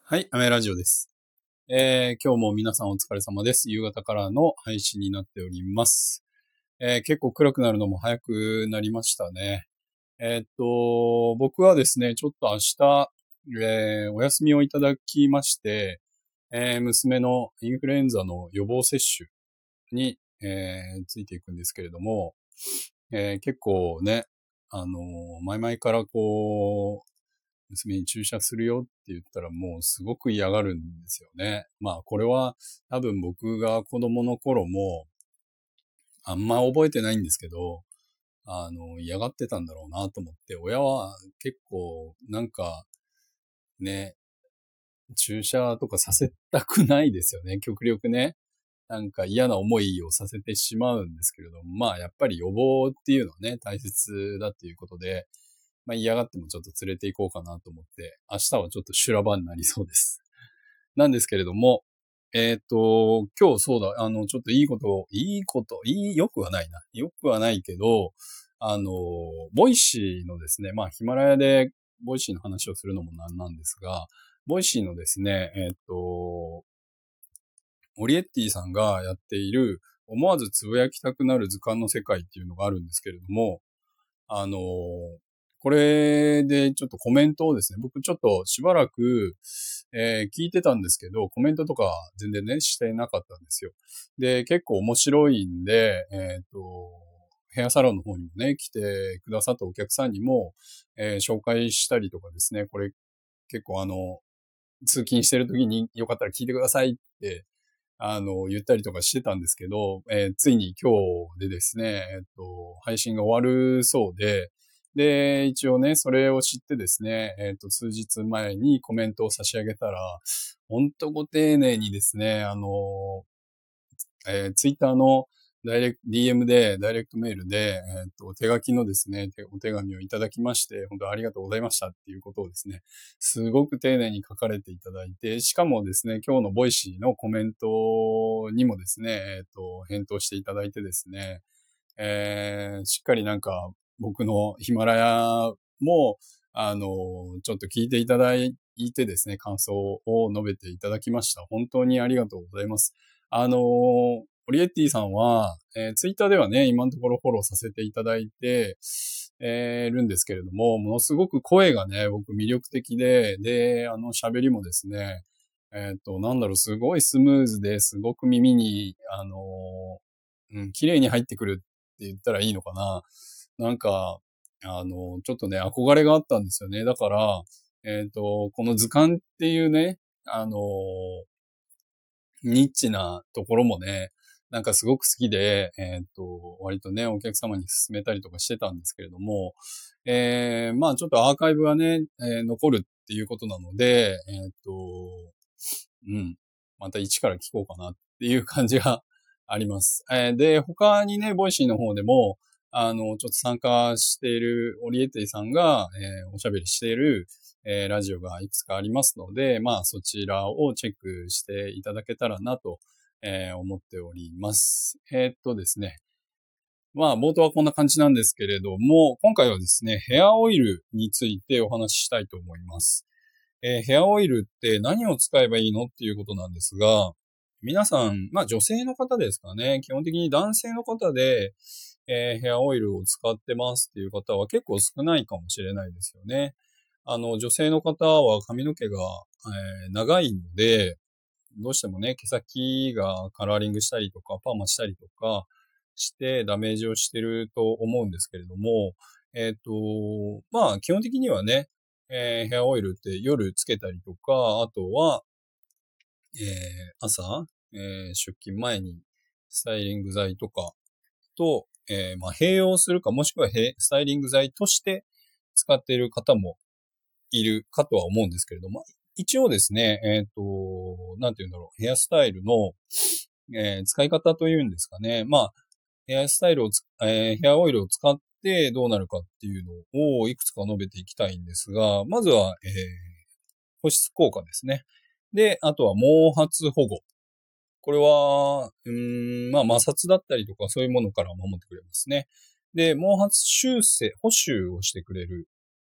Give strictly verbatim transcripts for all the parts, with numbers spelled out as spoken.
はい、アメラジオです。えー、今日も皆さんお疲れ様です。夕方からの配信になっております。えー、結構暗くなるのも早くなりましたね。えーっと、僕はですね、ちょっと明日、えー、お休みをいただきまして、えー、娘のインフルエンザの予防接種に、えー、ついていくんですけれども、えー、結構ね、あの前々からこう、娘に注射するよって言ったらもうすごく嫌がるんですよね。まあこれは多分僕が子供の頃もあんま覚えてないんですけど、あの嫌がってたんだろうなと思って、親は結構なんかね、注射とかさせたくないですよね。極力ね。なんか嫌な思いをさせてしまうんですけれども、まあやっぱり予防っていうのはね、大切だっていうことで、まあ嫌がってもちょっと連れて行こうかなと思って、明日はちょっと修羅場になりそうです。なんですけれども、えっと、今日そうだ、あの、ちょっといいことを、いいこと、いい、よくはないな。よくはないけど、あの、ボイシーのですね、まあヒマラヤでボイシーの話をするのもなんなんですが、ボイシーのですね、えっと、オリエッティさんがやっている、思わずつぶやきたくなる図鑑の世界っていうのがあるんですけれども、あの、これでちょっとコメントをですね、僕ちょっとしばらく、えー聞いてたんですけど、コメントとか全然ね、してなかったんですよ。で、結構面白いんで、えっと、ヘアサロンの方にもね、来てくださったお客さんにも、えー紹介したりとかですね、これ結構あの、通勤してる時によかったら聞いてくださいってあの、言ったりとかしてたんですけど、えーついに今日でですね、えっと、配信が終わるそうで、で、一応ね、それを知ってですね、えっと、数日前にコメントを差し上げたら、ほんとご丁寧にですね、あの、えー、ツイッターのダイレクト、ディーエム で、ダイレクトメールで、えっと、手書きのですね、お手紙をいただきまして、本当ありがとうございましたっていうことをですね、すごく丁寧に書かれていただいて、しかもですね、今日のボイシーのコメントにもですね、えっと、返答していただいてですね、えー、しっかりなんか、僕のヒマラヤも、あの、ちょっと聞いていただいてですね、感想を述べていただきました。本当にありがとうございます。あの、オリエッティさんは、えー、ツイッターではね、今のところフォローさせていただいて、えー、るんですけれども、ものすごく声がね、僕魅力的で、で、あの喋りもですね、えっと、なんだろう、すごいスムーズですごく耳に、あの、うん、綺麗に入ってくるって言ったらいいのかな。なんか、あの、ちょっとね、憧れがあったんですよね。だから、えっと、この図鑑っていうね、あの、ニッチなところもね、なんかすごく好きで、えっと、割とね、お客様に勧めたりとかしてたんですけれども、えー、まあちょっとアーカイブはね、えー残るっていうことなので、えっと、うん、また一から聞こうかなっていう感じがあります。えーで、他にね、ボイシーの方でも、あの、ちょっと参加しているオリエッティさんが、えーおしゃべりしている、えーラジオがいくつかありますので、まあそちらをチェックしていただけたらなと、えー思っております。えーっとですね。まあ冒頭はこんな感じなんですけれども、今回はですね、ヘアオイルについてお話ししたいと思います。えーヘアオイルって何を使えばいいのっていうことなんですが、皆さん、まあ女性の方ですかね。基本的に男性の方で、えーヘアオイルを使ってますっていう方は結構少ないかもしれないですよね。あの、女性の方は髪の毛が、えー長いので、どうしてもね、毛先がカラーリングしたりとか、パーマしたりとかしてダメージをしてると思うんですけれども、えっと、まあ基本的にはね、えーヘアオイルって夜つけたりとか、あとは、えー朝、えー出勤前にスタイリング剤とかと、えーまあ併用するか、もしくはへスタイリング剤として使っている方もいるかとは思うんですけれども、一応ですね、えっと、なんて言うんだろう、ヘアスタイルの、えー使い方というんですかね。まあ、ヘアスタイルをつ、えーヘアオイルを使ってどうなるかっていうのをいくつか述べていきたいんですが、まずは、えー保湿効果ですね。で、あとは毛髪保護。これは、うーん、まあ摩擦だったりとかそういうものから守ってくれますね。で、毛髪修正、補修をしてくれる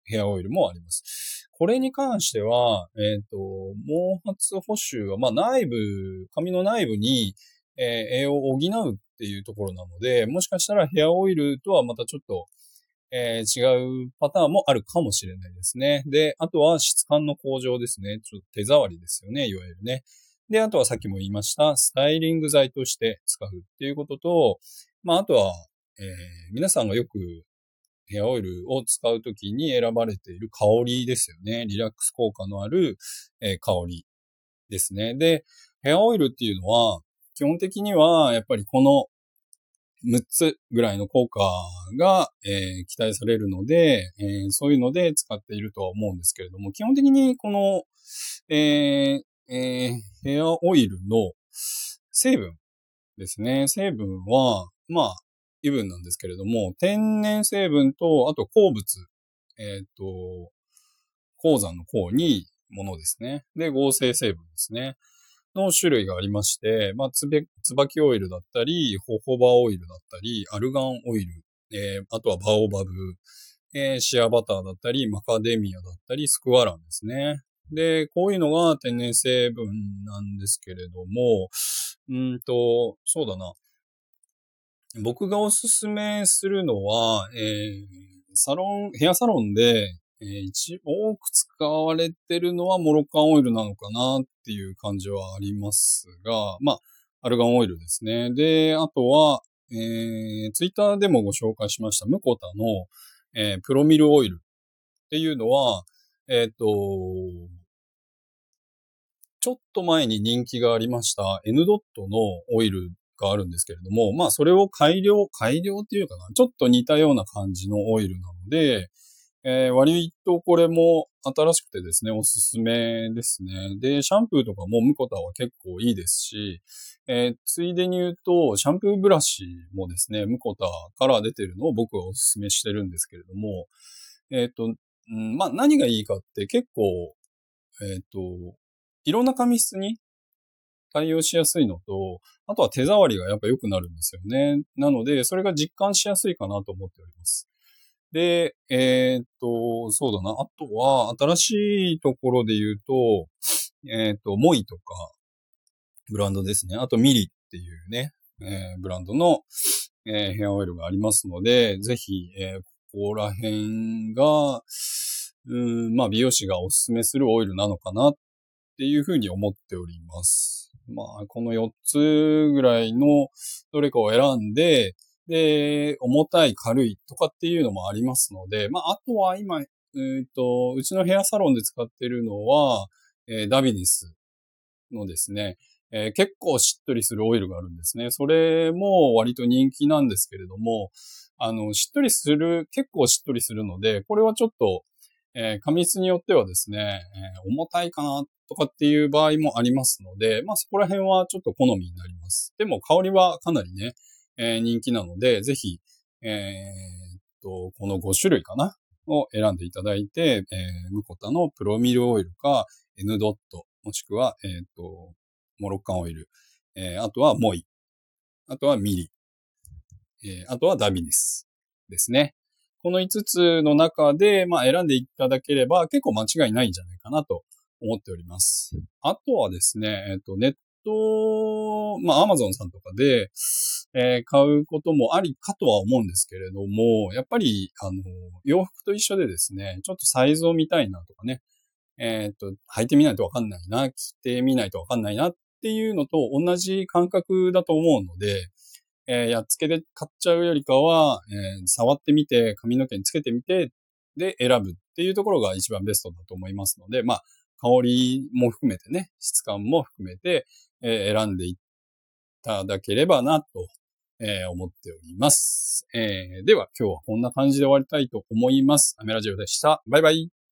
ヘアオイルもあります。これに関しては、えっと、毛髪補修は、まあ内部、髪の内部に、えー栄養を補うっていうところなので、もしかしたらヘアオイルとはまたちょっと、えー違うパターンもあるかもしれないですね。で、あとは質感の向上ですね。ちょっと手触りですよね、いわゆるね。で、あとはさっきも言いました、スタイリング剤として使うっていうことと、まあ、あとは、えー皆さんがよくヘアオイルを使うときに選ばれている香りですよね。リラックス効果のある、えー香りですね。で、ヘアオイルっていうのは、基本的には、やっぱりこのむっつぐらいの効果が、えー期待されるので、えーそういうので使っているとは思うんですけれども、基本的にこの、えーえーヘアオイルの成分ですね。成分は、まあ、油分なんですけれども、天然成分と、あと鉱物、えっと、鉱山の鉱にものですね。で、合成成分ですね。の種類がありまして、まあ、つべ、椿オイルだったり、ホホバオイルだったり、アルガンオイル、えー、あとはバオバブ、えー、シアバターだったり、マカデミアだったり、スクワランですね。で、こういうのが天然成分なんですけれども、うーんと、そうだな。僕がおすすめするのは、えー、サロン、ヘアサロンで、えー一多く使われてるのはモロッカンオイルなのかなっていう感じはありますが、まあ、アルガンオイルですね。で、あとは、えー、ツイッターでもご紹介しましたムコタの、えープロミルオイルっていうのは、えっと、ちょっと前に人気がありました N ドットのオイルがあるんですけれども、まあそれを改良、改良っていうかな、ちょっと似たような感じのオイルなので、えー割とこれも新しくてですね、おすすめですね。で、シャンプーとかもムコタは結構いいですし、えーついでに言うと、シャンプーブラシもですね、ムコタから出てるのを僕はおすすめしてるんですけれども、えっと、うんまあ何がいいかって結構、えっと、いろんな髪質に対応しやすいのと、あとは手触りがやっぱ良くなるんですよね。なので、それが実感しやすいかなと思っております。で、えーっと、そうだな。あとは、新しいところで言うと、えーっと、モイとか、ブランドですね。あと、ミリっていうね、えーブランドの、えーヘアオイルがありますので、ぜひ、えーここら辺が、うーん、まあ、美容師がおすすめするオイルなのかなっていうふうに思っております。まあ、このよっつぐらいのどれかを選んで、で、重たい、軽いとかっていうのもありますので、まあ、あとは今、うーんと、うちのヘアサロンで使ってるのは、えーダビニスのですね、えー結構しっとりするオイルがあるんですね。それも割と人気なんですけれども、あの、しっとりする、結構しっとりするので、これはちょっと、えー髪質によってはですね、えー重たいかなとかっていう場合もありますので、まあそこら辺はちょっと好みになります。でも香りはかなりね、えー人気なので、ぜひ、えーっと、このご種類かなを選んでいただいて、えームコタのプロミルオイルか、N ドット、もしくは、えーっと、モロッカンオイル、えーあとはモイ、あとはミリ、えーあとはダビニスですね。このいつつの中で、まあ、選んでいただければ結構間違いないんじゃないかなと思っております。あとはですね、えっと、ネット、まあ、アマゾンさんとかで、えー買うこともありかとは思うんですけれども、やっぱり、あの、洋服と一緒でですね、ちょっとサイズを見たいなとかね、えっと、履いてみないとわかんないな、着てみないとわかんないなっていうのと同じ感覚だと思うので、えーやっつけで買っちゃうよりかは、えー触ってみて、髪の毛につけてみて、で選ぶっていうところが一番ベストだと思いますので、まあ、香りも含めてね、質感も含めて、えー選んでいただければなと、えー思っております。えーでは今日はこんな感じで終わりたいと思います。アメラジオでした。バイバイ。